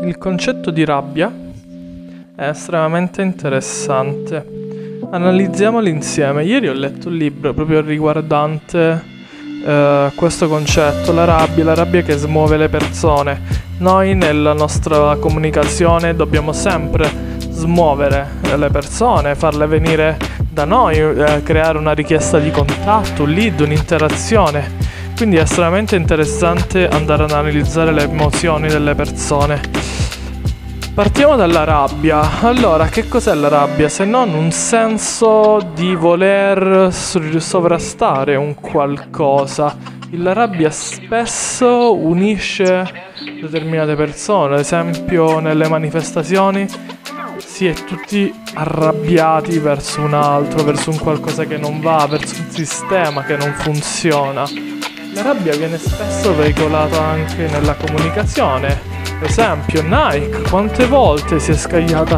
il concetto di rabbia è estremamente interessante. Analizziamolo insieme. Ieri ho letto un libro proprio riguardante questo concetto, la rabbia che smuove le persone. Noi nella nostra comunicazione dobbiamo sempre smuovere le persone, farle venire da noi, creare una richiesta di contatto, un lead, un'interazione. Quindi è estremamente interessante andare ad analizzare le emozioni delle persone. Partiamo dalla rabbia. Allora, che cos'è la rabbia? Se non un senso di voler sovrastare un qualcosa. La rabbia spesso unisce determinate persone, ad esempio nelle manifestazioni si è tutti arrabbiati verso un altro, verso un qualcosa che non va, verso un sistema che non funziona. La rabbia viene spesso veicolata anche nella comunicazione. Per esempio Nike quante volte si è scagliata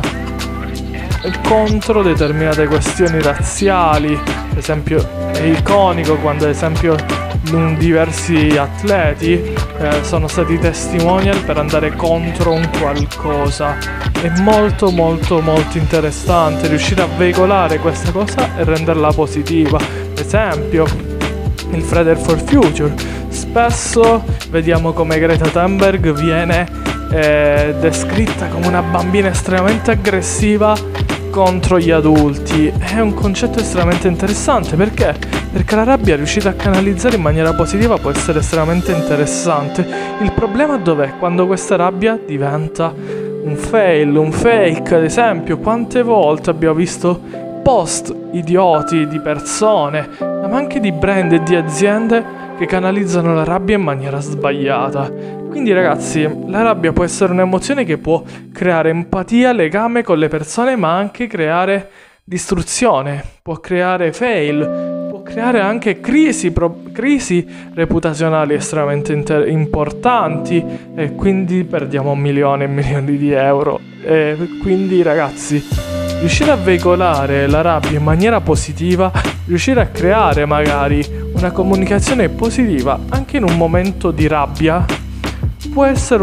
contro determinate questioni razziali. Per esempio è iconico quando ad esempio diversi atleti sono stati testimonial per andare contro un qualcosa. È molto interessante riuscire a veicolare questa cosa e renderla positiva. Per esempio il Friday for Future, spesso vediamo come Greta Thunberg viene descritta come una bambina estremamente aggressiva contro gli adulti. È un concetto estremamente interessante. Perché? Perché la rabbia riuscita a canalizzare in maniera positiva può essere estremamente interessante. Il problema dov'è? Quando questa rabbia diventa un fail, un fake. Ad esempio, quante volte abbiamo visto post idioti di persone, ma anche di brand e di aziende che canalizzano la rabbia in maniera sbagliata. Quindi ragazzi, la rabbia può essere un'emozione che può creare empatia, legame con le persone, ma anche creare distruzione, può creare fail, può creare anche crisi reputazionali estremamente importanti, e quindi perdiamo milioni e milioni di euro. E quindi ragazzi, riuscire a veicolare la rabbia in maniera positiva, riuscire a creare magari una comunicazione positiva anche in un momento di rabbia, può essere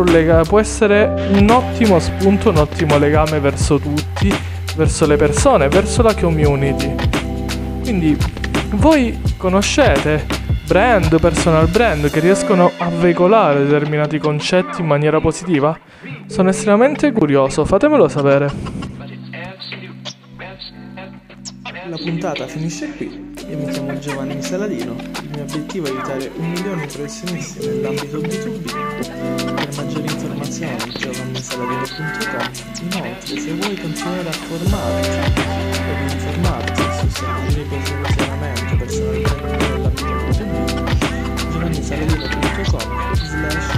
un ottimo spunto, un ottimo legame verso tutti, verso le persone, verso la community. Quindi voi conoscete brand, personal brand che riescono a veicolare determinati concetti in maniera positiva? Sono estremamente curioso, fatemelo sapere. La puntata finisce qui. Io mi chiamo Giovanni Saladino. Il mio obiettivo è aiutare 1 milione di professionisti nell'ambito B2B. Per maggiori informazioni giovannisaladino.com. Inoltre, se vuoi continuare a formarti ed informarti su strategie di posizionamento personale nell'ambito B2B, giovannisaladino.com/